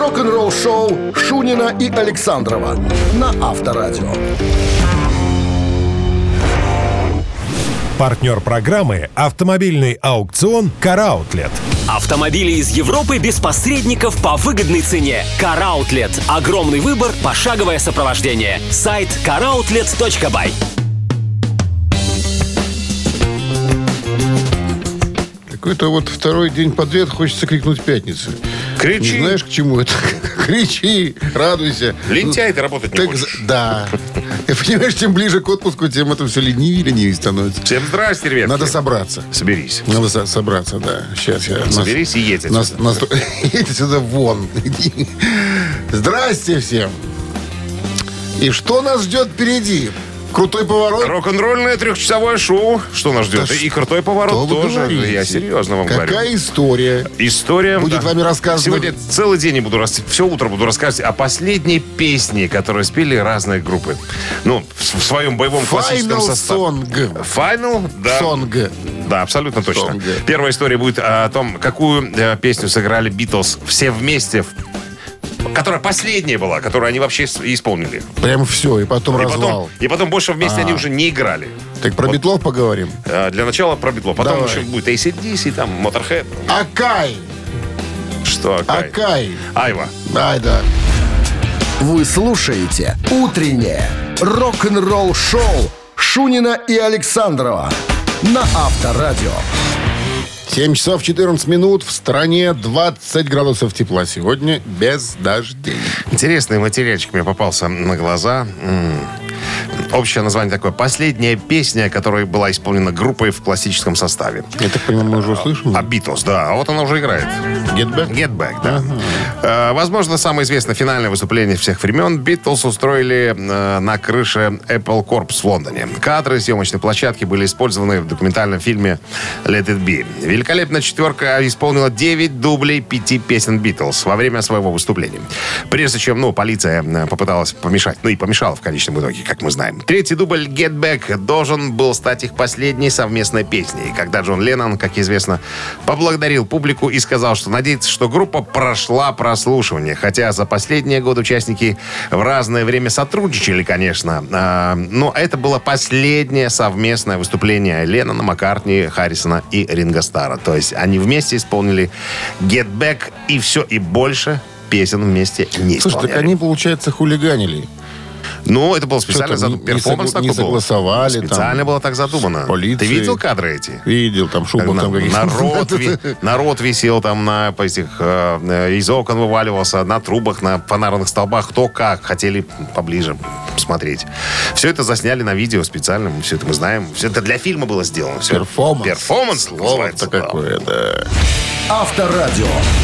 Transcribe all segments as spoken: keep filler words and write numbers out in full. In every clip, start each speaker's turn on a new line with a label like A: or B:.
A: Рок-н-ролл-шоу Шунина и Александрова на Авторадио.
B: Партнер программы — автомобильный аукцион «Караутлет».
C: Автомобили из Европы без посредников по выгодной цене. «Караутлет». Огромный выбор, пошаговое сопровождение. Сайт караутлет точка бай.
D: Какой-то вот второй день подряд хочется крикнуть «Пятница».
E: Кричи.
D: Не знаешь, к чему это? Кричи, радуйся.
E: Лентяй ты работать не
D: Так,
E: хочешь.
D: да. И понимаешь, чем ближе к отпуску, тем это все ленивее и ленивее становится.
E: Всем здрасте, ребятки.
D: Надо собраться.
E: Соберись.
D: Надо со- собраться, да. Сейчас я...
E: Соберись и едь
D: нас,
E: отсюда.
D: нас- едь отсюда вон. Здрасте всем. И что нас ждет впереди? Крутой поворот?
E: Рок-н-ролльное трехчасовое шоу. Что нас ждет?
D: Да
E: и крутой поворот
D: что вы
E: тоже.
D: говорите?
E: Я серьезно вам
D: Какая
E: говорю.
D: история?
E: История
D: Будет вами рассказана?
E: Сегодня целый день я буду рас... все утро буду рассказывать о последней песне, которую спели разные группы. Ну, в, в своем боевом классическом
D: Final
E: составе.
D: Song.
E: Final, да.
D: Song.
E: Да, абсолютно точно.
D: Song.
E: Первая история будет о том, какую э, песню сыграли Битлз все вместе, в- которая последняя была, которую они вообще с- исполнили.
D: Прям все, и потом
E: И
D: развал.
E: потом, и потом больше вместе
D: А.
E: они уже не играли.
D: Так про
E: Вот.
D: Битлов поговорим.
E: Э, Для начала про Битлов. Потом
D: Давай.
E: еще будет эй си ди си, там, Motorhead.
D: Акай.
E: Что, Акай?
D: Акай.
E: Айва.
D: Ай, да.
A: Вы слушаете «Утреннее рок-н-ролл-шоу» Шунина и Александрова на Авторадио.
D: семь часов четырнадцать минут. В стране двадцать градусов тепла. Сегодня без дождей.
E: Интересный материальчик мне попался на глаза. М. Общее название такое. Последняя песня, которая была исполнена группой в классическом составе.
D: Я так понимаю, мы уже услышали.
E: А Битлз, да. А вот она уже играет.
D: Get Back?
E: Get Back, да. Э, возможно, самое известное финальное выступление всех времен Битлз устроили э, на крыше Apple Corps в Лондоне. Кадры съемочной площадки были использованы в документальном фильме Let It Be. Великолепная четверка исполнила девять дублей пяти песен Битлз во время своего выступления. Прежде чем, ну, полиция э, попыталась помешать, ну и помешала в конечном итоге, как мы знаем. Третий дубль Get Back должен был стать их последней совместной песней. Когда Джон Леннон, как известно, поблагодарил публику и сказал, что надеется, что группа прошла прослушивание. Хотя за последние годы участники в разное время сотрудничали, конечно. А, но это было последнее совместное выступление Леннона, Маккартни, Харрисона и Ринго Старра. То есть они вместе исполнили Get Back, и все, и больше песен вместе не
D: Слушай,
E: исполняли.
D: так они, получается, хулиганили.
E: Ну, это было специально
D: Что-то
E: задумано.
D: не- не
E: Перформанс
D: согла- не
E: такой был.
D: согласовали
E: Специально
D: там
E: было так задумано.
D: полицией.
E: Ты видел кадры эти?
D: Видел, там шубок
E: На-
D: там каких-то.
E: народ, ви- народ висел там на по этих, э, из окон вываливался, на трубах, на фонарных столбах. Кто как хотели поближе смотреть. Все это засняли на видео специально. Все это мы знаем. Все это для фильма было сделано. Все.
D: Перформанс.
E: Перформанс
D: Слово-то
E: называется, да.
D: какое, да.
A: Авторадио.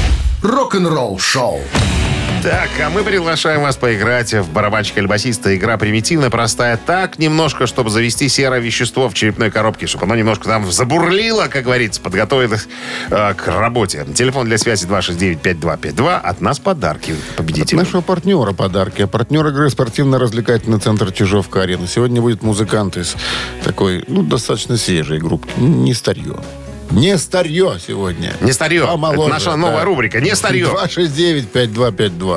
A: Рок-н-ролл-шоу.
E: Так, а мы приглашаем вас поиграть в барабанщика или басиста. Игра примитивная, простая. Так, немножко, чтобы завести серое вещество в черепной коробке, чтобы оно немножко там забурлило, как говорится, подготовилось э, к работе. Телефон для связи два шесть девять пять два пять два. От нас подарки
D: От
E: победителю.
D: нашего партнера подарки. А партнер игры спортивно-развлекательный центр Чижовка-Арена. Сегодня будет музыкант из такой, ну, достаточно свежей группы. Не старье. Не старье сегодня.
E: Не старье.
D: Помоложе,
E: Это наша новая
D: да.
E: рубрика. Не старье.
D: два шесть девять пять два пять два.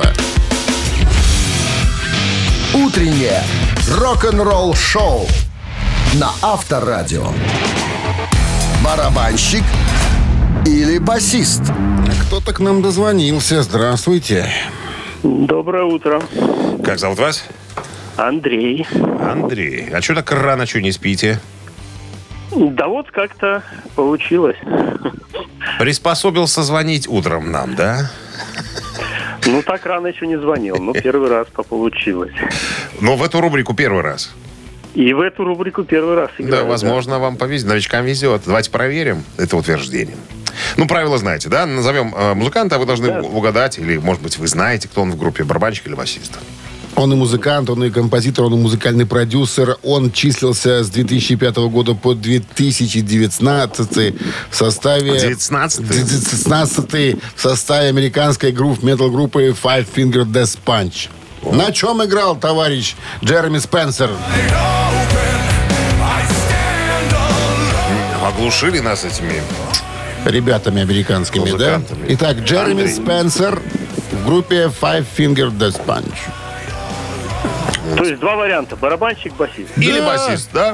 A: «Утреннее рок-н-ролл-шоу» на Авторадио. Барабанщик или басист?
D: Кто-то к нам дозвонился. Здравствуйте.
F: Доброе утро.
E: Как зовут вас?
F: Андрей.
E: Андрей. А что так рано, что не спите?
F: Да вот как-то получилось.
E: Приспособился звонить утром нам, да?
F: Ну, так рано еще не звонил, но первый раз получилось.
E: Но в эту рубрику первый раз.
F: И в эту рубрику первый раз играю.
E: Да, возможно, вам повезет. Новичкам везет. Давайте проверим это утверждение. Ну, правила знаете, да? Назовем э, музыканта, а вы должны
F: Да.
E: угадать, или, может быть, вы знаете, кто он в группе, барабанщик или басист.
D: Он и музыкант, он и композитор, он и музыкальный продюсер. Он числился с две тысячи пятого года по две тысячи девятнадцатый в составе...
E: девятнадцатый?
D: девятнадцатый в составе американской грув-метал группы Five Finger Death Punch. На чем играл товарищ Джереми Спенсер?
E: Оглушили нас этими.
D: Ребятами американскими,
E: Музыкантами.
D: да? Итак, Джереми
E: Андрей.
D: Спенсер в группе Five Finger Death Punch.
F: То есть два варианта. Барабанщик, басист.
E: Или
D: Да.
E: басист, да?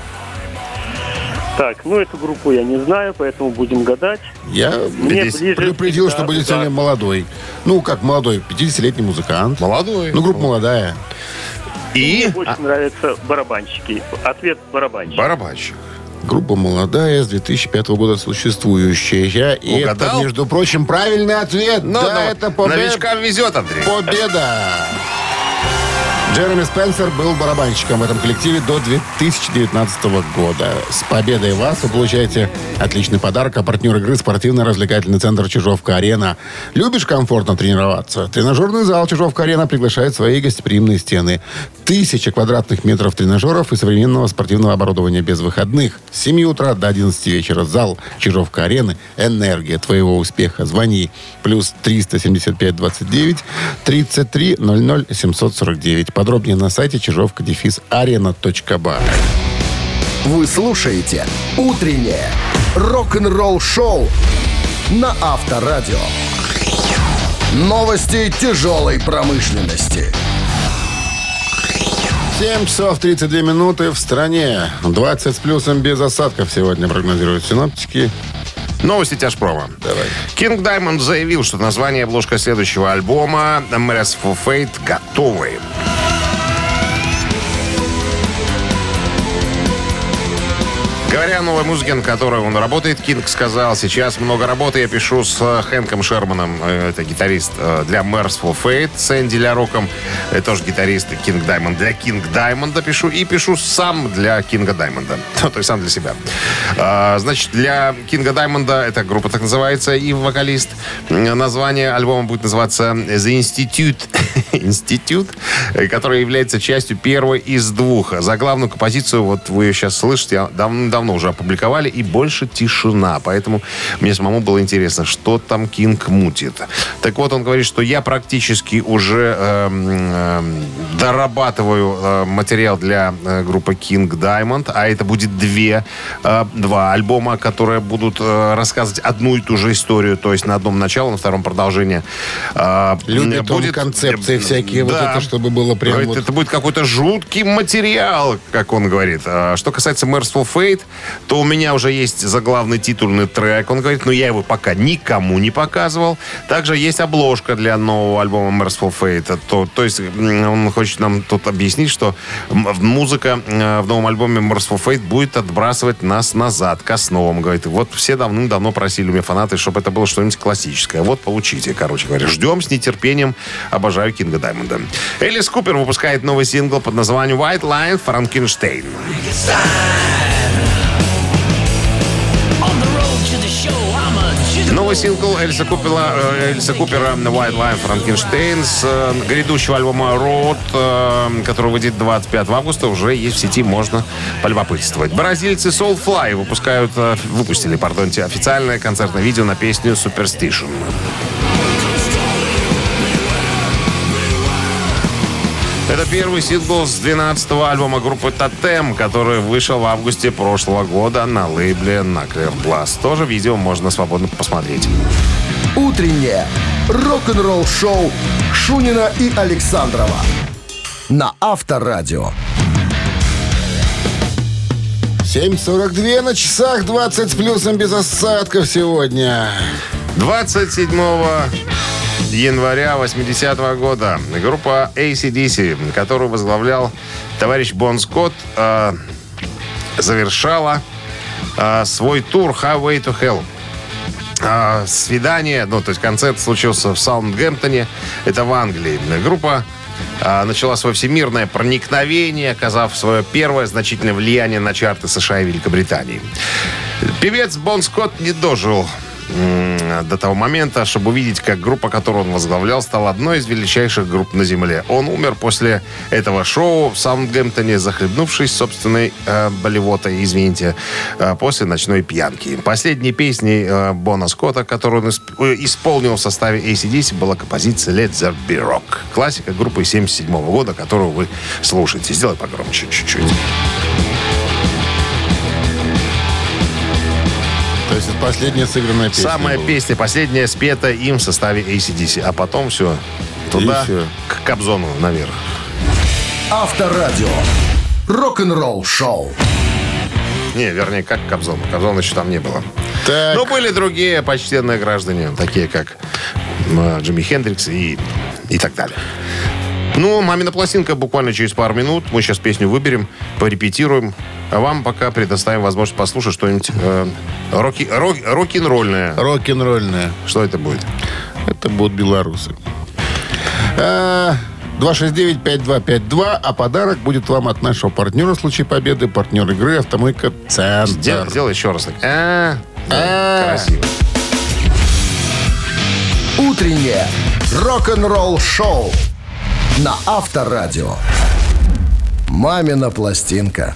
F: Так, ну эту группу я не знаю, поэтому будем гадать.
D: Я
F: Мне
E: Здесь
F: ближе...
D: предупредил,
F: всегда
D: что будет сегодня
F: удар.
D: молодой. Ну, как молодой, пятидесятилетний музыкант.
E: Молодой.
D: Ну, группа молодая.
E: И
F: Мне больше нравятся барабанщики. Ответ барабанщик.
E: барабанщик.
D: Группа молодая, с две тысячи пятого года существующая. И
E: Угадал?
D: это, между прочим, правильный ответ.
E: Ну,
D: да,
E: ну,
D: это победа.
E: новичкам везет, Андрей.
D: Победа! Джереми Спенсер был барабанщиком в этом коллективе до две тысячи девятнадцатого года. С победой вас вы получаете отличный подарок. А партнер игры — спортивно-развлекательный центр «Чижовка-арена». Любишь комфортно тренироваться? Тренажерный зал «Чижовка-арена» приглашает в свои гостеприимные стены. Тысяча квадратных метров тренажеров и современного спортивного оборудования без выходных. С семи утра до одиннадцати вечера. Зал «Чижовка-арены». Энергия твоего успеха. Звони. Плюс триста семьдесят пять двадцать девять тридцать три ноль ноль семьсот сорок девять. Подробнее на сайте чижовка дефис арена точка бай.
A: Вы слушаете «Утреннее рок-н-ролл-шоу» на Авторадио. Новости тяжелой промышленности.
D: семь часов тридцать две минуты в стране. двадцать с плюсом без осадков сегодня прогнозируют синоптики.
E: Новости тяжпрома.
D: Давай.
E: King Diamond заявил, что название и обложка следующего альбома Merciful Fate готовы. Говоря о новой музыке, над которой он работает, Кинг сказал: сейчас много работы я пишу с Хэнком Шерманом, это гитарист для Merciful Fate, с Энди Ляроком, это тоже гитарист King Diamond, для King Diamond пишу, и пишу сам для Кинга Даймонда, то есть сам для себя. Значит, для Кинга Даймонда, эта группа так называется, и вокалист, название альбома будет называться The Institute, Институт, который является частью первой из двух. За главную композицию, вот вы ее сейчас слышите, давно давно уже опубликовали, и больше тишина. Поэтому мне самому было интересно, что там Кинг мутит. Так вот, он говорит, что я практически уже э, э, дорабатываю э, материал для э, группы King Diamond, а это будет две, э, два альбома, которые будут э, рассказывать одну и ту же историю, то есть на одном начало, на втором продолжение. Э,
D: Любит он
E: будет
D: концепции всякие, вот
E: да.
D: это, чтобы было прям
E: Говорит,
D: вот...
E: это будет какой-то жуткий материал, как он говорит. А что касается Merciful Fate, то у меня уже есть заглавный титульный трек. Он говорит, но я его пока никому не показывал. Также есть обложка для нового альбома Merciful Fate. То, то есть он хочет нам тут объяснить, что музыка в новом альбоме Merciful Fate будет отбрасывать нас назад, к основам. Говорит, вот все давным-давно просили у меня фанаты, чтобы это было что-нибудь классическое. Вот, получите. Короче говоря, ждем с нетерпением. Обожаю Кинга Даймонда. Элис Купер выпускает новый сингл под названием White Line Frankenstein. Новый сингл Элиса Купера, Элиса Купера White Line Frankenstein с э, грядущего альбома Road, э, который выйдет двадцать пятого августа, уже есть в сети, можно полюбопытствовать. Бразильцы Soulfly выпускают, э, выпустили, пардонте, официальное концертное видео на песню Superstition. Это первый сингл с двенадцатого альбома группы Тотем, который вышел в августе прошлого года на лейбле Nuclear Blast. Тоже видео можно свободно посмотреть.
A: Утреннее рок-н-ролл-шоу Шунина и Александрова на Авторадио.
D: семь сорок два на часах, двадцать с плюсом без осадков сегодня.
E: двадцать седьмого января восьмидесятого года группа эй си ди си, которую возглавлял товарищ Бон Скотт, э, завершала э, свой тур Highway to Hell. Э, свидание, ну, то есть концерт случился в Саутгемптоне, это в Англии. Группа э, начала свое всемирное проникновение, оказав свое первое значительное влияние на чарты США и Великобритании. Певец Бон Скотт не дожил до того момента, чтобы увидеть, как группа, которую он возглавлял, стала одной из величайших групп на Земле. Он умер после этого шоу в Саутгемптоне, захлебнувшись собственной э, болевотой, извините, э, после ночной пьянки. Последней песней э, Бона Скотта, которую он исп- э, исполнил в составе эй си ди си, была композиция Let There Be Rock. Классика группы семьдесят седьмого года, которую вы слушаете. Сделай погромче чуть-чуть.
D: есть это последняя сыгранная песня.
E: Самая
D: была.
E: песня, последняя, спета им в составе эй си ди си. А потом все, туда,
D: всё.
E: к Кобзону наверх.
A: Авторадио. Рок-н-ролл шоу.
E: Не, вернее, как к Кобзону. Кобзона еще там не было.
D: Так,
E: Но были другие почтенные граждане, такие как м, Джимми Хендрикс и, и так далее. Ну, «Мамина пластинка» буквально через пару минут. Мы сейчас песню выберем, порепетируем. А вам пока предоставим возможность послушать что-нибудь э, роки, рок, рок-н-ролльное.
D: рок-н-ролльная.
E: Что это будет?
D: Это будут белорусы. А, два шесть девять пять два пять два, а подарок будет вам от нашего партнера в случае победы. Партнер игры «Автомойка Центр».
E: Сделай, сделай еще раз так. А, да,
D: А.
E: красиво.
A: Утреннее рок-н-ролл шоу на Авторадио. «Мамина пластинка».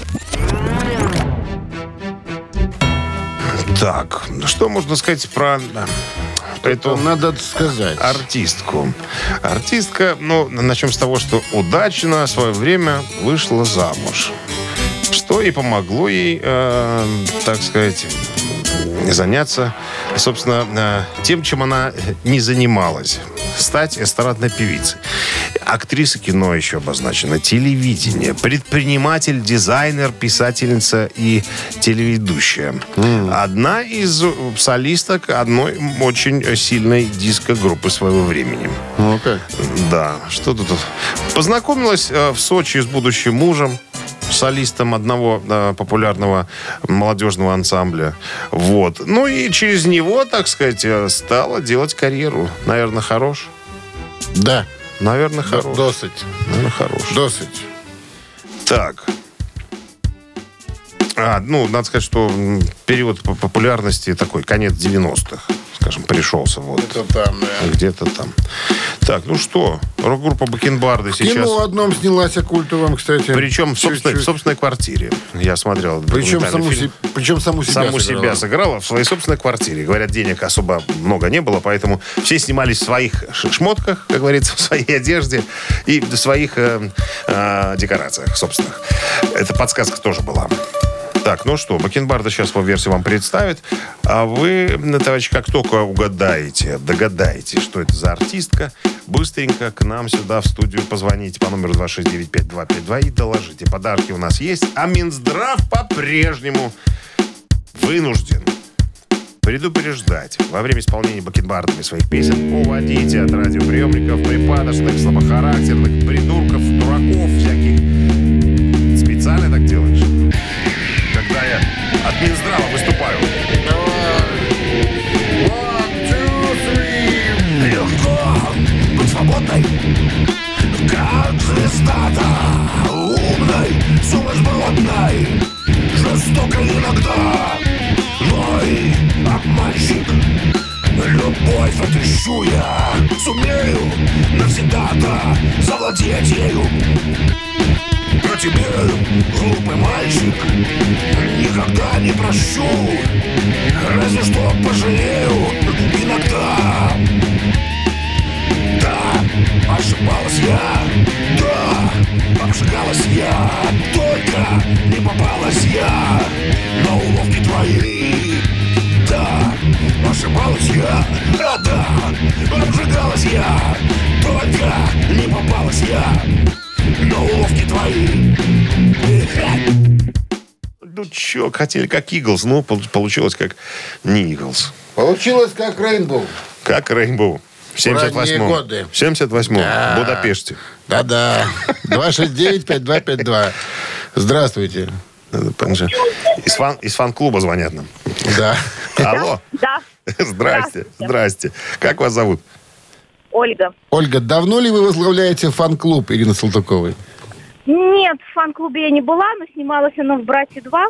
E: Так, что можно сказать про э,
D: Это
E: эту
D: надо сказать.
E: артистку? Артистка, ну, начнем с того, что удачно в свое время вышла замуж. Что и помогло ей, э, так сказать, заняться, собственно, э, тем, чем она не занималась. Стать эстрадной певицей. Актриса кино еще обозначена, телевидение, предприниматель, дизайнер, писательница и телеведущая. Mm. Одна из солисток одной очень сильной диско-группы своего времени.
D: Ну как?
E: Да, что тут? Познакомилась э, в Сочи с будущим мужем, солистом одного э, популярного молодежного ансамбля. Вот. Ну и через него, так сказать, э, стала делать карьеру. Наверное, хорош.
D: Да.
E: Наверное,
D: Д-
E: хорош.
D: Досыть.
E: Наверное, хорош.
D: Досыть.
E: Так. А, ну, надо сказать, что м, период по- популярности такой, конец девяностых, скажем, пришелся. Вот.
D: Это там, да.
E: Где-то там. Так, ну что, рок-группа «Бакенбарды» сейчас...
D: Кино одном снялась о культовом, кстати.
E: Причем в собственной, в
D: Чуть-чуть.
E: собственной квартире. Я смотрел
D: Причем
E: документальный
D: саму,
E: фильм.
D: се- причем саму себя
E: Саму
D: сыграла.
E: себя сыграла в своей собственной квартире. Говорят, денег особо много не было, поэтому все снимались в своих ш- шмотках, как говорится, в своей одежде и в своих э, э, декорациях собственных. Эта подсказка тоже была. Так, ну что, Бакенбарды сейчас по версии вам представит. А вы, товарищи, как только угадаете, догадаете, что это за артистка, быстренько к нам сюда в студию позвоните по номеру два шесть девять пять два пять два и доложите. Подарки у нас есть, а Минздрав по-прежнему вынужден предупреждать во время исполнения Бакенбардами своих песен: уводите от радиоприемников припадочных, слабохарактерных, придурков, дураков всяких. Специально так делаешь? Когда я от Минздрава выступаю.
G: Легко быть свободной, как звезда-то, умной, сумасбродной, жестокой иногда, но и обманщик. Любовь отыщу я, сумею навсегда-то завладеть ею. Но тебе, глупый мальчик, никогда не прощу, разве что пожалею иногда. Да, ошибалась я, да, обжигалась я, только не попалась я на уловки твои. Да, ошибалась я, а да, обжигалась я, только не попалась я на уловки твои.
E: Ну чё, хотели как Иглс, ну пол- получилось как не Иглс.
D: Получилось как Рейнбоу.
E: Как Рейнбоу. В семьдесят восьмом.
D: Ранние годы.
E: В семьдесят восьмом.
D: Да.
E: В Будапеште.
D: Да-да. два шесть девять пять два пять два. Здравствуйте.
E: Надо понять. Из, фан, из фан-клуба звонят нам.
D: Да.
E: Алло.
H: Да,
E: Здрасте. Здрасте. Как вас зовут?
H: Ольга.
D: Ольга, давно ли вы возглавляете фан-клуб Ирины Салтыковой?
H: Нет, в фан-клубе я не была, но снималась она в «Братья два».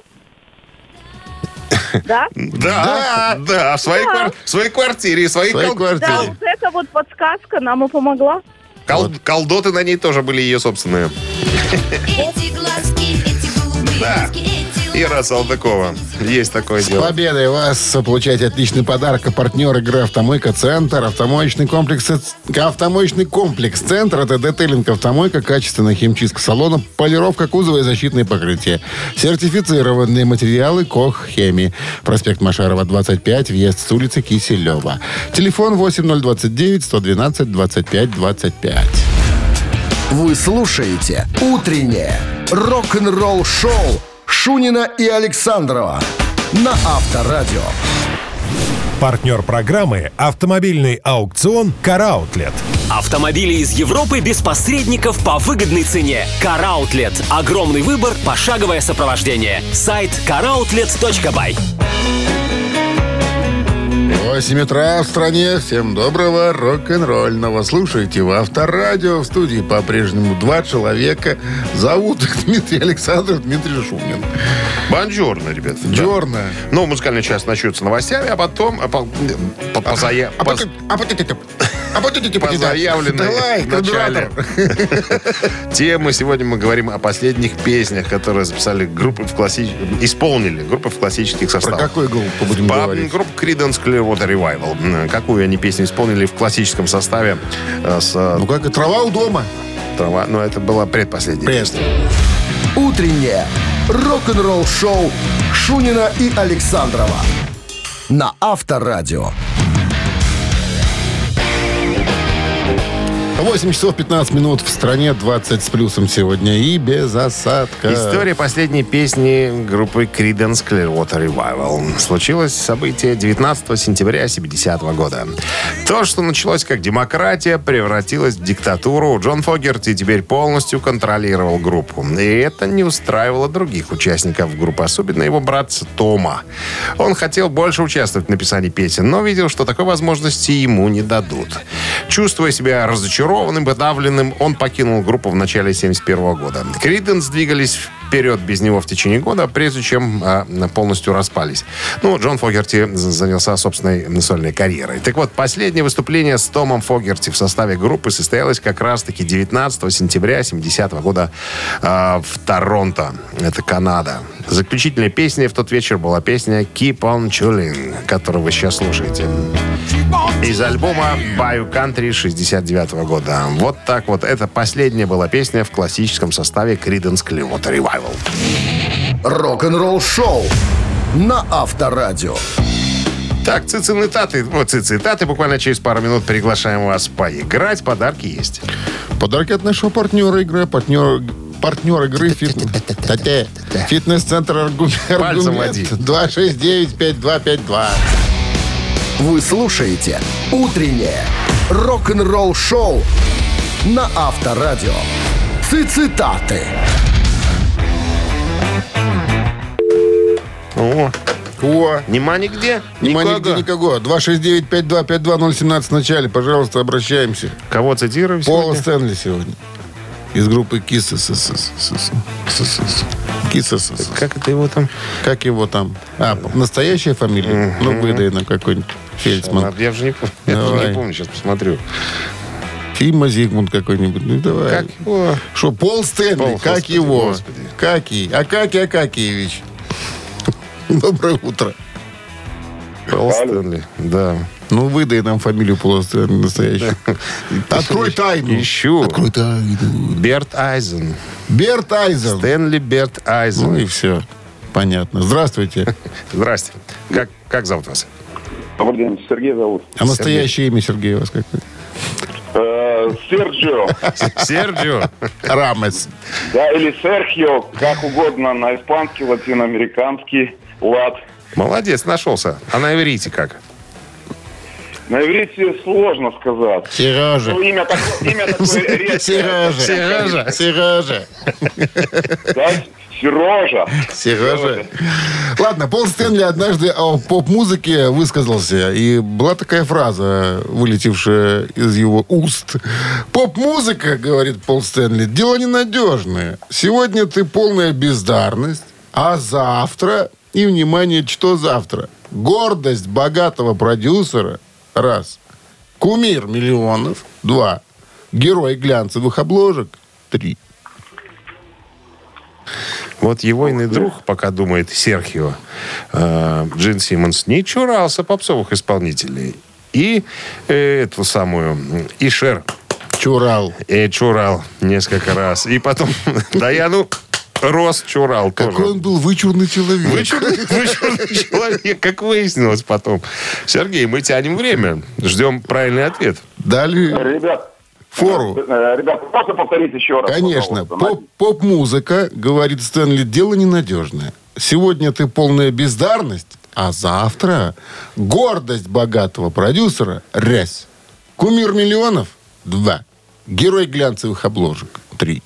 H: Да?
E: Да, да, в своей,
H: Да.
E: квар- в своей квартире, в своей,
D: В своей
E: кол-
D: квартире.
H: Да, вот это вот подсказка нам и помогла.
E: кол- колдоты на ней тоже были ее собственные.
I: Эти глазки, эти голубые
E: Да.
I: глазки, эти
E: Ира Салтыкова. Есть такое
D: С
E: дело.
D: победой вас получаете отличный подарок. А партнер игры «Автомойка Центр». Автомоечный комплекс, автомоечный комплекс «Центр» — это детейлинг «Автомойка», качественная химчистка салона, полировка кузова и защитные покрытия. Сертифицированные материалы «Кох Хеми». Проспект Машарова, двадцать пять, въезд с улицы Киселева. Телефон восемь ноль двадцать девять сто двенадцать двадцать пять двадцать пять.
A: Вы слушаете «Утреннее рок-н-ролл-шоу» Шунина и Александрова на Авторадио.
B: Партнер программы «Автомобильный аукцион «Караутлет».
C: Автомобили из Европы без посредников по выгодной цене. Караутлет. Огромный выбор, пошаговое сопровождение. Сайт караутлет точка бай.
D: восемь утра в стране. Всем доброго рок-н-ролльного. Слушайте в Авторадио. В студии по-прежнему два человека. Зовут их Дмитрий Александров, Дмитрий Шумин.
E: Бонжорно, ребят.
D: Джорна.
E: Да. Ну, музыкальный час начнется новостями, а потом... А, по, по, по, зая...
D: А
E: по-
D: потом- а потом- а потом-
E: по заявленной
D: Давай,
E: в начале темы. Сегодня мы говорим о последних песнях, которые записали группы в класси... исполнили группы в классических
D: Про
E: составах.
D: какую группу будем
E: По
D: говорить?
E: группе Creedence Clearwater Revival. Какую они песню исполнили в классическом составе э, с э,
D: Ну как и трава у дома.
E: трава. Но это была предпоследняя
D: Пресс.
E: песня.
A: Утреннее рок-н-ролл-шоу Шунина и Александрова на Авторадио.
D: восемь часов пятнадцать минут в стране, двадцать с плюсом сегодня и без осадка.
E: История последней песни группы Creedence Clearwater Revival. Случилось событие девятнадцатого сентября семидесятого года. То, что началось как демократия, превратилось в диктатуру. Джон Фогерти теперь полностью контролировал группу. И это не устраивало других участников группы, особенно его братца Тома. Он хотел больше участвовать в написании песен, но видел, что такой возможности ему не дадут. Чувствуя себя разочарованным, подавленным, он покинул группу в начале семьдесят первого года. Creedence двигались вперед без него в течение года, прежде чем а, полностью распались. Ну, Джон Фогерти занялся собственной сольной карьерой. Так вот, последнее выступление с Томом Фогерти в составе группы состоялось как раз-таки девятнадцатого сентября семидесятого года а, в Торонто. Это Канада. Заключительной песней в тот вечер была песня «Keep on Chillin'», которую вы сейчас слушаете. Из альбома «Bayou Country» шестьдесят девятого года. Вот так вот. Это последняя была песня в классическом составе Creedence Clearwater Revival.
A: Рок-н-ролл-шоу на Авторадио.
E: Так, цицитаты, вот цицитаты. Буквально через пару минут приглашаем вас поиграть. Подарки есть.
D: Подарки от нашего партнера игры. Партнер, партнер игры фитнес. Фитнес-центр «Аргумент».
E: Пальцем води.
D: два шесть девять пять два пять два.
A: Вы слушаете «Утреннее рок-н-ролл-шоу» на Авторадио. Цитаты.
E: О,
D: О,
E: нема нигде?
D: нема
E: Никого.
D: нигде никого. два шесть девять пять два пять два ноль семнадцать в начале. Пожалуйста, обращаемся.
E: Кого цитируем
D: Пола
E: сегодня?
D: Стэнли сегодня. Из группы Kiss. Kiss.
E: Как это его там?
D: Как его там? А, настоящая фамилия? Ну, выдай нам какой-нибудь Фельдсман.
E: Я же не, пом- я тоже
D: Давай.
E: не помню, сейчас посмотрю.
D: Тима Зигмунд какой-нибудь. Ну, давай.
E: Как его?
D: Что, Пол Стэнли?
E: Пол,
D: как
E: господи,
D: его?
E: господи.
D: Какий? Акакий Акакиевич. Доброе утро.
E: Пол Стэнли. Да.
D: Ну, выдай нам фамилию Пола Стэнли настоящую. Открой тайну.
E: Ищу.
D: Открой тайну.
E: Берт Айзен.
D: Берт Айзен.
E: Стэнли Берт Айзен.
D: Ну и все. Понятно. Здравствуйте.
E: Здрасте. Как, как зовут вас?
F: Добрый день, Сергей зовут.
D: А настоящее имя Сергей у вас какое?
F: Э, Серджио,
E: Серджио.
D: Рамес.
F: да, или Серхио, как угодно, на испанский, латиноамериканский лад.
E: Молодец, нашелся. А на иврите как?
F: На иврите сложно сказать.
D: Сережа.
F: Ну, имя такое, имя такое редкое.
D: Сережа.
E: Сережа.
D: Сережа.
F: Да, Сережа.
D: Сережа. Ладно, Пол Стэнли однажды о поп-музыке высказался. И была такая фраза, вылетевшая из его уст. Поп-музыка, говорит Пол Стэнли, дело ненадежное. Сегодня ты полная бездарность, а завтра... И, внимание, что завтра? Гордость богатого продюсера. Раз. Кумир миллионов. Два. Герой глянцевых обложек. Три.
E: Вот его иный друг, пока думает Серхио, э, Джин Симмонс, не чурался попсовых исполнителей. И э, эту самую, и Шер.
D: Чурал.
E: И чурал несколько раз. И потом Даяну Рос чурал тоже.
D: Какой он был вычурный человек.
E: Вычурный, вычурный человек, как выяснилось потом. Сергей, мы тянем время. Ждем правильный ответ.
D: Дали
F: Ребят,
D: фору.
F: э, ребят, можно повторить еще раз?
D: Конечно.
F: пожалуйста?
D: Поп- Поп-музыка, говорит Стэнли, дело ненадежное. Сегодня ты полная бездарность, а завтра гордость богатого продюсера — рязь. Кумир миллионов — два. Герой глянцевых обложек — три.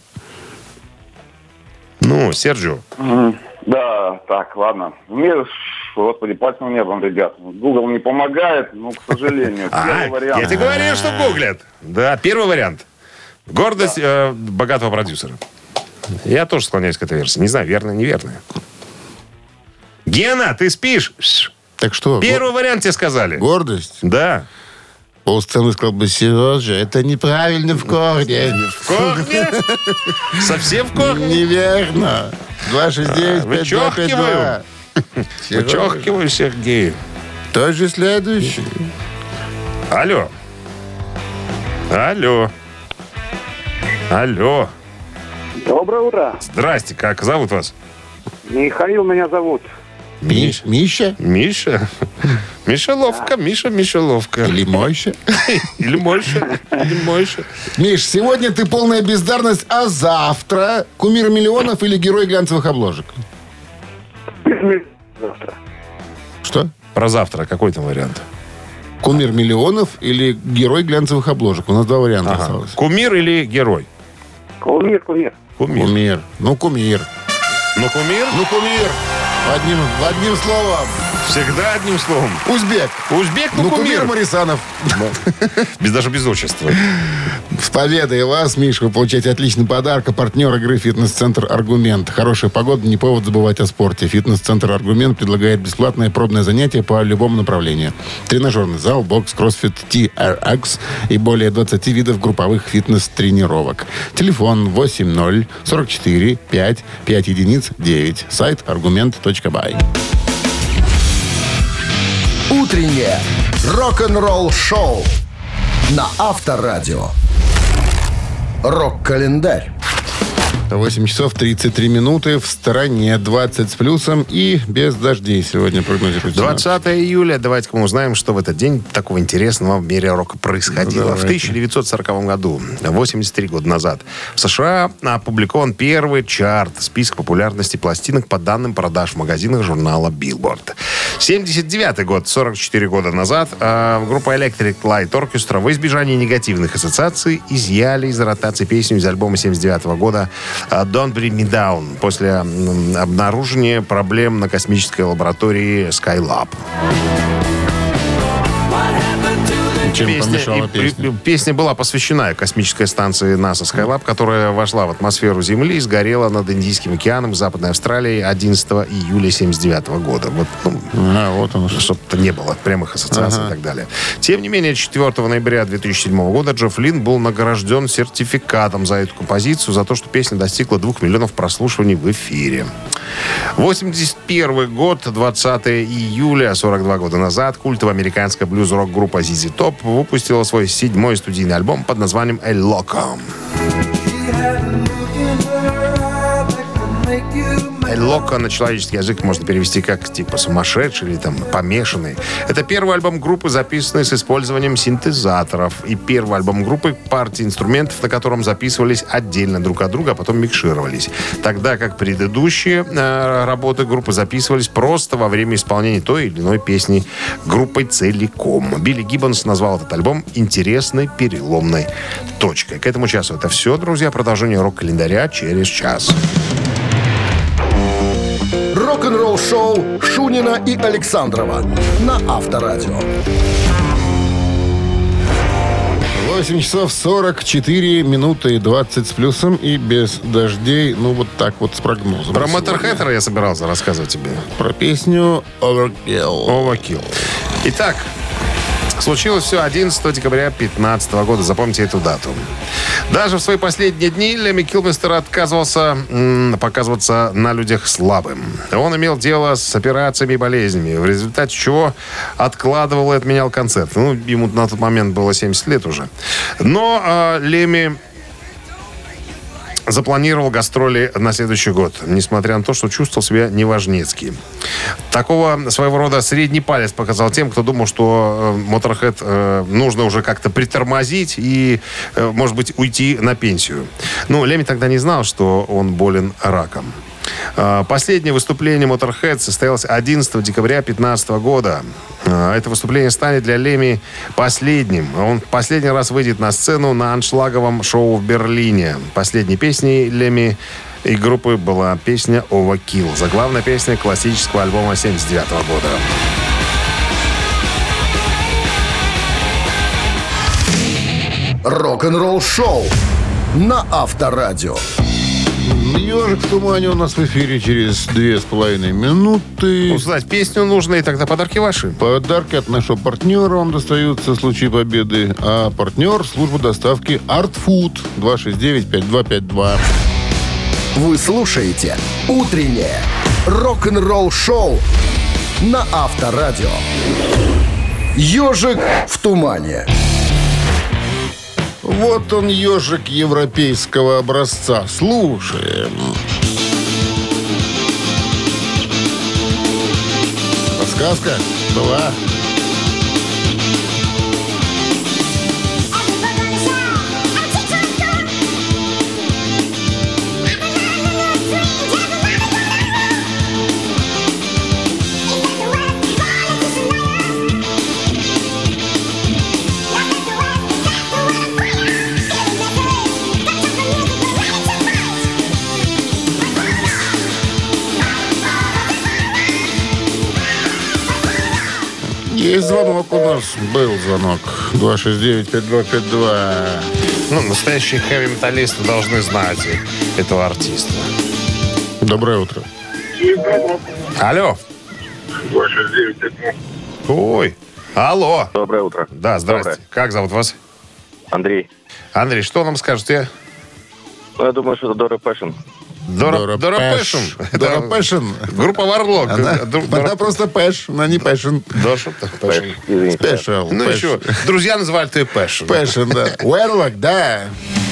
E: Ну, Серджио.
F: Мгм. Да, так, ладно. Мне, господи, пальцем в небо, ребят. Google не помогает, но, к сожалению.
E: А,
F: Первый вариант.
E: я тебе говорил, что гуглят. Да, первый вариант. Гордость э, богатого продюсера. Я тоже склоняюсь к этой версии. Не знаю, верно, неверно. Гена, ты спишь?
D: Так что?
E: Первый вариант тебе сказали.
D: Гордость?
E: Да.
D: Пол Стэнли сказал бы: Сережа, это неправильно в корне.
E: В корне? Совсем в корне?
D: Неверно. два шесть девять пять два пять два.
E: Вычеркиваю, Сергей.
D: Тот же следующий.
E: Алло. Алло. Алло.
I: Доброе утро.
E: Здрасте, как зовут вас?
I: Михаил меня зовут.
D: Миш, Миша?
E: Миша? Мишеловка, Миша Мишеловка.
D: Или Мойша?
E: Или Мойша. Или Мойша.
D: Миш, сегодня ты полная бездарность, а завтра кумир миллионов или герой глянцевых обложек?
I: Завтра.
D: Что?
E: Про завтра какой там вариант?
D: Кумир миллионов или герой глянцевых обложек? У нас два варианта
E: Ага.
D: осталось.
E: Кумир или герой?
I: Кумир, кумир.
E: Кумир.
D: Кумир. Ну, кумир.
E: Ну, кумир?
D: Ну, кумир. Одним, одним словом.
E: Всегда одним словом.
D: Узбек.
E: Узбек, ну,
D: Ну,
E: кумир.
D: кумир Марисанов.
E: Без, даже без отчества.
D: С победой вас, Миш, вы получаете отличный подарок. А партнер игры «Фитнес-центр Аргумент». Хорошая погода, не повод забывать о спорте. «Фитнес-центр Аргумент» предлагает бесплатное пробное занятие по любому направлению. Тренажерный зал, бокс, кроссфит, ти ар экс и более двадцать видов групповых фитнес-тренировок. Телефон восемь ноль сорок четыре пять пять единиц девять. Сайт аргумент точка бай.
A: Утреннее рок-н-ролл-шоу на Авторадио. Рок-календарь.
D: восемь часов тридцать три минуты. В стороне двадцать с плюсом и без дождей сегодня прогнозируется.
E: двадцатого июля. Давайте-ка мы узнаем, что в этот день такого интересного в мире рока происходило.
D: Давайте.
E: В тысяча девятьсот сороковом году, восемьдесят три года назад, в США опубликован первый чарт, список популярности пластинок по данным продаж в магазинах журнала Billboard. семьдесят девятый год, сорок четыре года назад, э, группа Electric Light Orchestra во избежание негативных ассоциаций изъяли из ротации песню из альбома семьдесят девятого года «Don't Bring Me Down» после м, обнаружения проблем на космической лаборатории Skylab.
D: Чем помешала
E: и-
D: песня?
E: и- песня была посвящена космической станции НАСА Skylab, которая вошла в атмосферу Земли и сгорела над Индийским океаном в Западной Австралии одиннадцатого июля семьдесят девятого года. Вот, ну,
D: А, вот оно что.
E: чтобы не было прямых ассоциаций
D: Ага.
E: и так далее. Тем не менее, четвёртого ноября две тысячи седьмого года Джефф Линн был награжден сертификатом за эту композицию, за то, что песня достигла двух миллионов прослушиваний в эфире. восемьдесят первый год, двадцатого июля, сорок два года назад, культовая американская блюз-рок-группа зет зет Top выпустила свой седьмой студийный альбом под названием «El Loco». «El Loco» на человеческий язык можно перевести как типа «сумасшедший» или там «помешанный». Это первый альбом группы, записанный с использованием синтезаторов. И первый альбом группы, партии инструментов, на котором записывались отдельно друг от друга, а потом микшировались. Тогда как предыдущие э, работы группы записывались просто во время исполнения той или иной песни группой целиком. Билли Гиббонс назвал этот альбом «интересной переломной точкой». К этому часу это все, друзья. Продолжение рок-календаря через час.
A: Рок-н-ролл-шоу Шунина и Александрова на Авторадио.
D: восемь часов сорок четыре минуты и двадцать с плюсом и без дождей. Ну, вот так вот с прогнозом.
E: Про
D: сегодня.
E: Моторхеттера я собирался рассказывать тебе.
D: Про песню Overkill.
E: Overkill. Итак, Случилось все одиннадцатого декабря две тысячи пятнадцатого года. Запомните эту дату. Даже в свои последние дни Лемми Килмистер отказывался м, показываться на людях слабым. Он имел дело с операциями и болезнями, в результате чего откладывал и отменял концерты. Ну, ему на тот момент было семьдесят лет уже. Но э, Лемми запланировал гастроли на следующий год, несмотря на то, что чувствовал себя неважнецки. Такого своего рода средний палец показал тем, кто думал, что Motorhead э, нужно уже как-то притормозить и, э, может быть, уйти на пенсию. Но Лемми тогда не знал, что он болен раком. Э, последнее выступление Motorhead состоялось одиннадцатого декабря две тысячи пятнадцатого года. Э, это выступление станет для Лемми последним. Он последний раз выйдет на сцену на аншлаговом шоу в Берлине. Последней песней Лемми и группы была песня «Overkill», заглавная песня классического альбома семьдесят девятого года.
A: Рок-н-ролл шоу на Авторадио.
D: «Ежик в тумане» у нас в эфире через две с половиной минуты.
E: Узнать песню нужно, и тогда подарки ваши.
D: Подарки от нашего партнера вам достаются в случае победы. А партнер — служба доставки Art Food. два шесть девять пять два пять два.
A: Вы слушаете «Утреннее рок-н-ролл-шоу» на Авторадио. «Ежик в тумане».
D: Вот он, ежик европейского образца. Слушаем. Подсказка была. Есть звонок у нас. Был звонок. два шесть девять пять два пять два.
E: Ну, настоящие хэви-металлисты должны знать этого артиста.
D: Доброе утро.
E: Алло.
I: два шесть девять пять два.
E: Ой. Алло.
I: Доброе утро.
E: Да, здрасте.
I: Доброе.
E: Как зовут вас?
I: Андрей.
E: Андрей, что нам скажете?
I: Ну, я думаю, что это Дора Пэшн.
E: Дора
D: Дора
E: Пэшн.
D: Дора Пэшн.
E: Группа Варлок.
D: Она,
E: Ду-
D: она
E: Дора-
D: просто Пэш, она не Пэшн.
E: Да, что так, Пэшн.
I: Извините.
D: Спешл.
E: Ну еще, друзья называли ты Пэшн.
D: Пэшн, да. Уэрлок, да.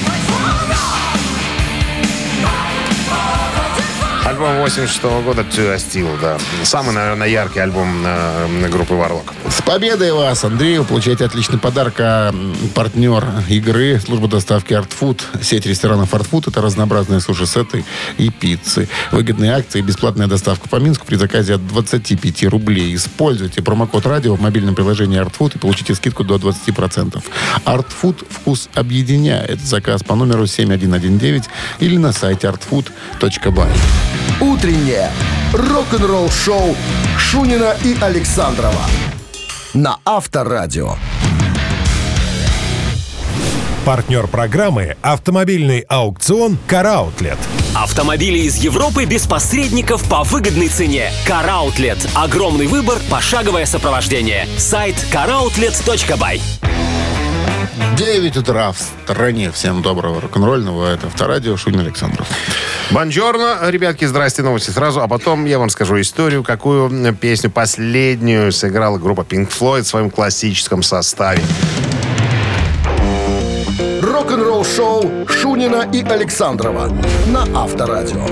E: Альбом восемьдесят шестого года «To a Steel», да. Самый, наверное, яркий альбом э, группы Варлок.
D: С победой вас, Андрей. Вы получаете отличный подарок. А партнер игры — служба доставки Art Food. Сеть ресторанов Art Food — это разнообразные суши-сеты и пиццы. Выгодные акции и бесплатная доставка по Минску при заказе от двадцати пяти рублей. Используйте промокод «Радио» в мобильном приложении Art Food и получите скидку до двадцати процентов. Art Food — вкус объединяет. Заказ по номеру семь один один девять или на сайте арт фуд точка бай.
A: Утреннее рок-н-ролл-шоу Шунина и Александрова на Авторадио.
B: Партнер программы — автомобильный аукцион «Караутлет».
C: Автомобили из Европы без посредников по выгодной цене. Караутлет. Огромный выбор, пошаговое сопровождение. Сайт караутлет точка бай.
D: девять утра в стране. Всем доброго рок-н-ролльного. Это Авторадио, Шунин, Александров.
E: Бонжорно, ребятки, здрасте, новости сразу. А потом я вам скажу историю, какую песню последнюю сыграла группа Pink Floyd в своем классическом составе.
A: Рок-н-ролл-шоу Шунина и Александрова на Авторадио.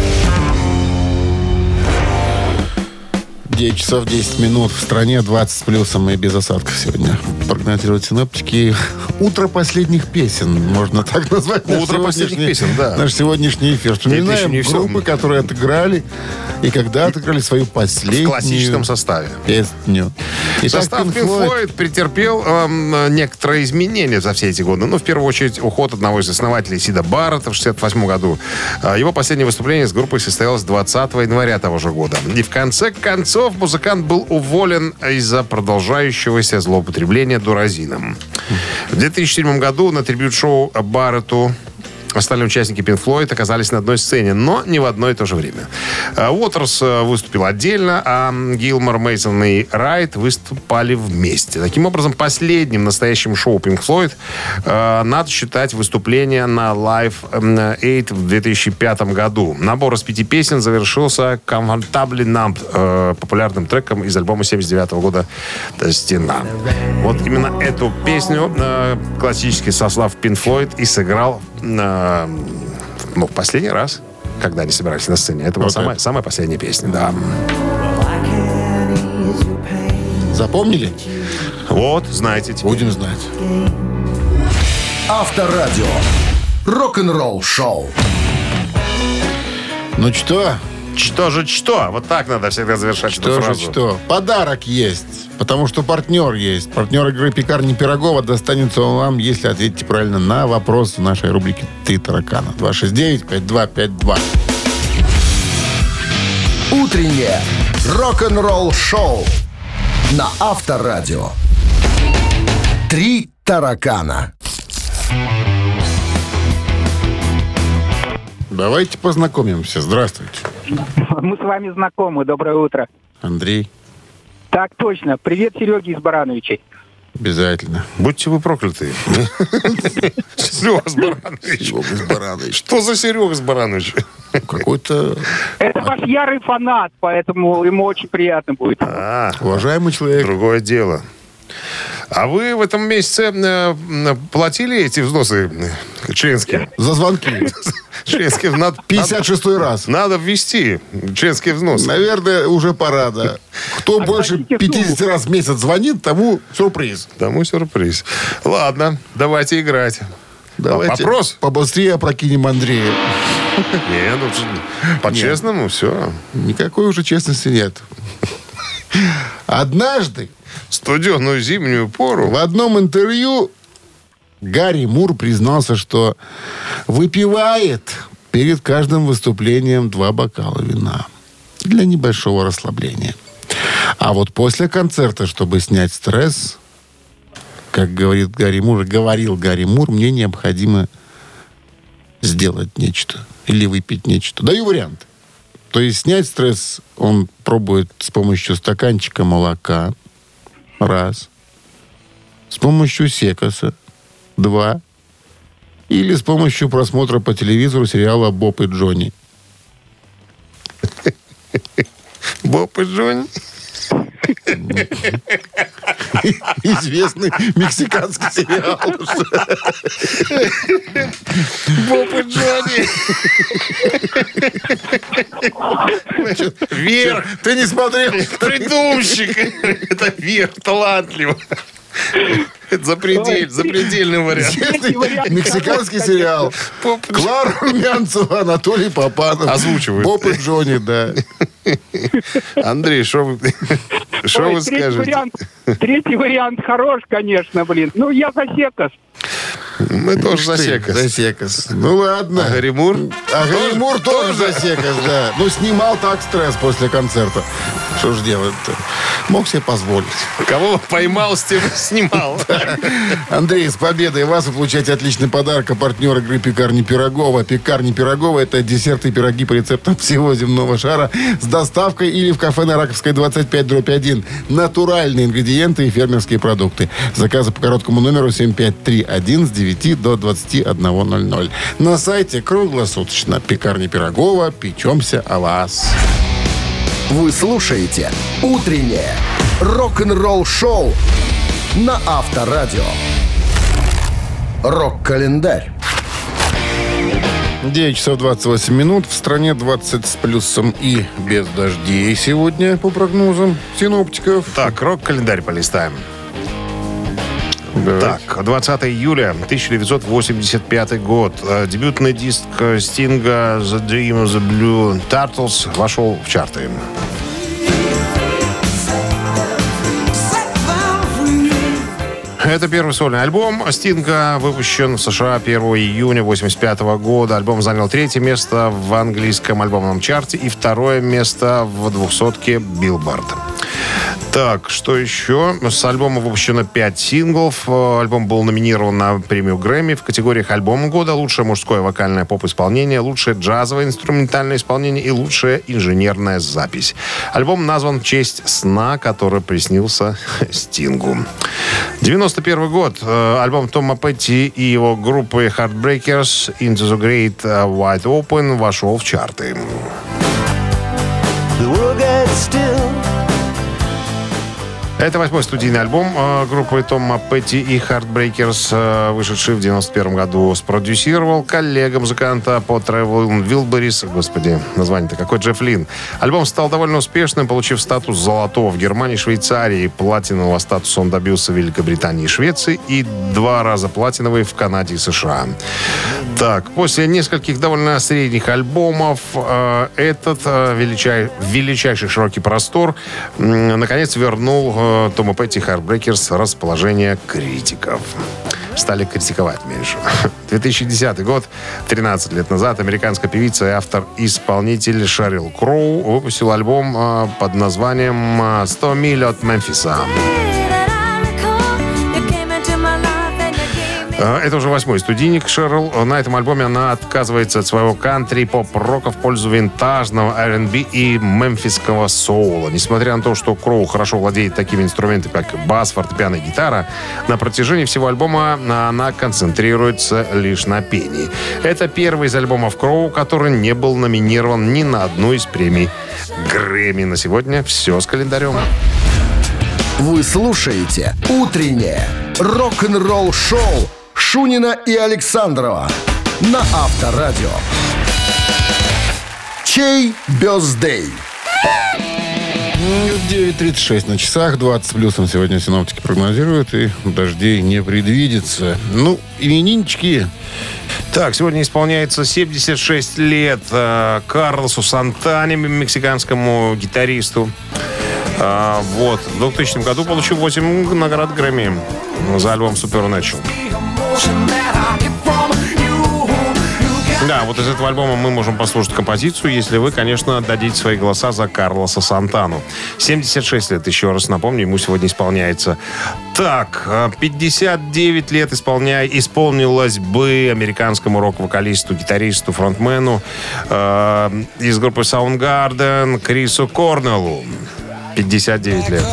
D: девять часов десять минут. В стране двадцать с плюсом и без осадков сегодня. Прогнозируют синоптики. Утро последних песен, можно так назвать.
E: Утро последних песен, да.
D: Наш сегодняшний эфир. Вспоминаем
E: не всё.
D: группы, которые отыграли и когда отыграли свою последнюю
E: В классическом составе.
D: песню. Итак,
E: Состав
D: Pink
E: Pink
D: Floyd.
E: Floyd претерпел эм, некоторые изменения за все эти годы. Ну, в первую очередь, уход одного из основателей Сида Баррета в шестьдесят восьмом году. А Его последнее выступление с группой состоялось двадцатого января того же года. И в конце концов музыкант был уволен из-за продолжающегося злоупотребления дуразином. В две тысячи седьмом году на трибют-шоу Барретту остальные участники Pink Floyd оказались на одной сцене, но не в одно и то же время. Уотерс выступил отдельно, а Гилмор, Мейсон и Райт выступали вместе. Таким образом, последним настоящим шоу Pink Floyd э, надо считать выступление на Live восемь в две тысячи пятом году. Набор из пяти песен завершился Comfortably Numb, э, популярным треком из альбома семьдесят девятого года «Стена». Вот именно эту песню э, классический состав Pink Floyd и сыграл э, ну, в последний раз, когда они собирались на сцене. Это была
D: Вот
E: самая,
D: это.
E: самая последняя песня, да.
D: Запомнили?
E: Вот, знаете. теперь.
D: Будем знать.
A: Авторадио. Рок-н-ролл шоу.
D: Ну что?
E: Что же что? Вот так надо всегда завершать эту
D: Что же
E: фразу.
D: что? Подарок есть. Потому что партнер есть. Партнер игры «Пекарни Пирогова» достанется он вам, если ответите правильно на вопрос в нашей рубрике «Три таракана». два шесть девять пять два пять два.
A: Утреннее рок-н-ролл шоу на Авторадио. Три таракана.
D: Давайте познакомимся. Здравствуйте.
J: Мы с вами знакомы. Доброе утро.
D: Андрей.
J: Так точно. Привет, Сереге из Барановичей.
D: Обязательно.
E: Будьте вы прокляты. Серега с Баранович.
D: Серега с Баранович.
E: Что за Серега с Баранович?
D: Какой-то
J: Это ваш ярый фанат, поэтому ему очень приятно будет.
E: А,
D: уважаемый человек.
E: другое дело. А вы в этом месяце э, платили эти взносы э, членские?
D: За звонки.
E: Членские надо,
D: пятьдесят шестой раз.
E: надо ввести членские взносы.
D: Наверное, уже пора, да. Кто больше
J: Оплатите
D: пятьдесят раз в месяц звонит, тому сюрприз.
E: Тому сюрприз. Ладно, давайте играть.
D: Давайте
E: Вопрос?
D: побыстрее опрокинем Андрея.
E: Не, ну, по-честному все.
D: Никакой уже честности нет. Однажды
E: Студеную зимнюю пору.
D: в одном интервью Гарри Мур признался, что выпивает перед каждым выступлением два бокала вина для небольшого расслабления. А вот после концерта, чтобы снять стресс, как говорит Гарри Мур, говорил Гарри Мур, мне необходимо сделать нечто или выпить нечто. Даю вариант. То есть снять стресс он пробует с помощью стаканчика молока. Раз. С помощью секоса. Два. Или с помощью просмотра по телевизору сериала «Боб и Джонни».
E: Боб и Джонни.
D: Известный мексиканский сериал.
E: Боб и Джонни. Вверх.
D: Ты не смотрел?
E: Придумщик. Это вверх. Талантливо. Это запредель, запредельный вариант.
D: Известный мексиканский сериал. Клара Румянцева, Анатолий Попанов.
E: Озвучивают.
D: Боб и Джонни, да.
E: Андрей, что вы, что
J: Ой,
E: вы
J: третий
E: скажете?
J: вариант, третий вариант хорош, конечно, блин. Ну, я за секос.
E: Мы тоже за секос.
D: За секос. Ну ладно.
E: А Гарри Мур?
D: А Гарри Мур тоже за секос, да. Ну, снимал так стресс после концерта. Что ж делать-то? Мог себе позволить.
E: Кого поймал, с тем снимал.
D: Андрей, с победой вас вы получаете отличный подарок. А партнер игры «Пекарни Пирогова». «Пекарни Пирогова» — это десерты и пироги по рецептам всего земного шара с доставкой или в кафе на Раковской двадцать пять дробь один. Натуральные ингредиенты и фермерские продукты. Заказы по короткому номеру семь пять три один с девяти до двадцати одного ноль ноль. На сайте круглосуточно. «Пекарни Пирогова». Печемся о вас.
A: Вы слушаете «Утреннее рок-н-ролл шоу» на Авторадио. Рок-календарь.
D: девять часов двадцать восемь минут. В стране двадцать с плюсом и без дождей сегодня, по прогнозам синоптиков.
E: Так, рок-календарь полистаем.
D: Давайте.
E: Так, двадцатого июля тысяча девятьсот восемьдесят пятый год. Э, Дебютный диск Стинга «The Dream of the Blue Turtles» вошел в чарты. Это первый сольный альбом Стинга, выпущен в США первого июня восемьдесят пятого года. Альбом занял третье место в английском альбомном чарте и второе место в двухсотке Билборд. Так, что еще? С альбома выпущено пять синглов. Альбом был номинирован на премию Грэмми в категориях «Альбом года», «Лучшее мужское вокальное поп-исполнение», «Лучшее джазовое инструментальное исполнение» и «Лучшая инженерная запись». Альбом назван в честь сна, который приснился Стингу. девяносто первый год. Альбом Тома Петти и его группы Heartbreakers «Into the Great Wide Open» вошел в чарты. Это восьмой студийный альбом э, группы Тома Петти и Heartbreakers, э, вышедший в девяносто первом году. Спродюсировал коллега музыканта по Traveling Wilburys, господи, название-то какой, Джефф Лин. Альбом стал довольно успешным, получив статус золотого в Германии, Швейцарии, платинового статуса он добился в Великобритании и Швеции и два раза платиновый в Канаде и США. Так, после нескольких довольно средних альбомов э, этот э, величай, величайший широкий простор э, наконец вернул э, Тома Петти и Heartbreakers расположение критиков. Стали критиковать меньше. две тысячи десятый год, тринадцать лет назад, американская певица и автор-исполнитель Шерил Кроу выпустил альбом э, под названием «сто миль от Мемфиса». Это уже восьмой студийник Шерил. На этом альбоме она отказывается от своего кантри, поп-рока в пользу винтажного ар энд би и мемфисского соула. Несмотря на то, что Кроу хорошо владеет такими инструментами, как бас, фортепиано и гитара, на протяжении всего альбома она концентрируется лишь на пении. Это первый из альбомов Кроу, который не был номинирован ни на одну из премий Грэмми. На сегодня все с календарем.
A: Вы слушаете «Утреннее рок-н-ролл-шоу» Шунина и Александрова на Авторадио. Чей бёздей?
D: девять тридцать шесть на часах, двадцать плюсом сегодня синоптики прогнозируют, и дождей не предвидится. Ну, имениннички.
E: Так, сегодня исполняется семьдесят шесть лет э, Карлосу Сантане, мексиканскому гитаристу. А, вот, в двухтысячном году получил восемь наград Грэмми за альбом Supernatural. Да, вот из этого альбома мы можем послушать композицию, если вы, конечно, дадите свои голоса за Карлоса Сантану. семьдесят шесть лет, еще раз напомню, ему сегодня исполняется. Так, пятьдесят девять лет исполня... исполнилось бы американскому рок-вокалисту, гитаристу, фронтмену э, из группы Soundgarden Крису Корнеллу. пятьдесят девять лет.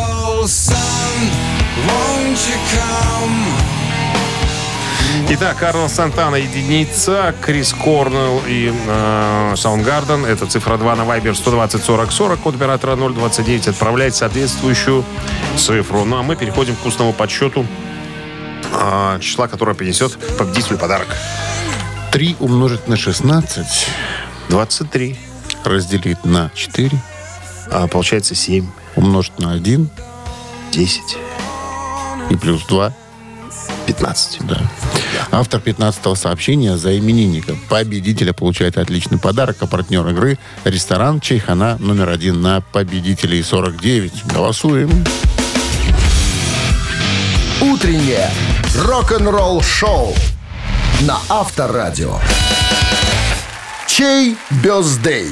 E: Итак, Карлос Сантана единица, Крис Корнелл и э, Soundgarden. Это цифра два на Viber сто двадцать сорок сорок, код оператора ноль двадцать девять. Отправляйте соответствующую цифру. Ну а мы переходим к вкусному подсчету э, числа, которое принесет победителю подарок.
D: три умножить на шестнадцать.
E: двадцать три.
D: Разделить на четыре.
E: А, получается семь.
D: Умножить на один.
E: десять.
D: И плюс два.
E: пятнадцать.
D: Да. Автор пятнадцатого сообщения за именинника победителя получает отличный подарок, а партнер игры — ресторан «Чайхана» номер один на победителей сорок девять. Голосуем.
A: Утреннее рок-н-ролл-шоу на Авторадио. Чей бёздей?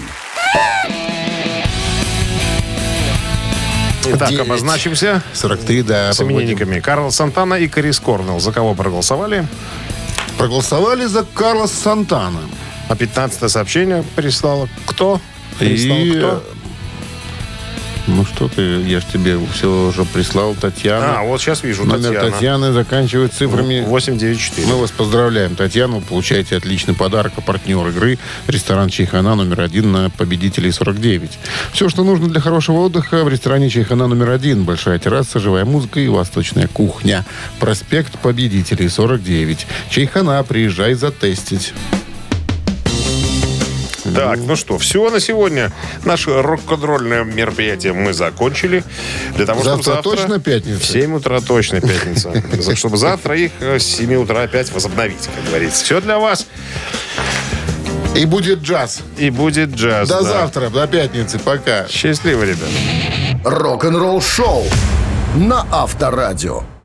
E: Итак,
D: девять.
E: обозначимся.
D: сорок три, да.
E: С именинниками. Карлос Сантана и Крис Корнелл. За кого проголосовали?
D: Проголосовали за Карлоса Сантана.
E: А пятнадцатое сообщение прислало кто? Прислал
D: И...
E: кто?
D: Ну что ты, я ж тебе все уже прислал, Татьяна.
E: А, вот сейчас вижу,
D: Номер
E: Татьяна.
D: Татьяны заканчивает цифрами
E: восемь девять четыре.
D: Мы вас поздравляем, Татьяна. Вы получаете отличный подарок, а партнер игры — ресторан «Чайхана» номер один на победителей сорок девять. Все, что нужно для хорошего отдыха в ресторане «Чайхана» номер один. Большая терраса, живая музыка и восточная кухня. Проспект Победителей сорок девять. «Чайхана», приезжай затестить.
E: Так, ну что, все на сегодня. Наше рок-н-ролльное мероприятие мы закончили. Для того,
D: завтра,
E: чтобы завтра
D: точно пятница?
E: В семь утра точно пятница. Чтобы завтра их с семи утра опять возобновить, как говорится. Все для вас.
D: И будет джаз.
E: И будет джаз.
D: До
E: да.
D: завтра, до пятницы. Пока.
E: Счастливо, ребят.
A: Рок-н-ролл-шоу на Авторадио.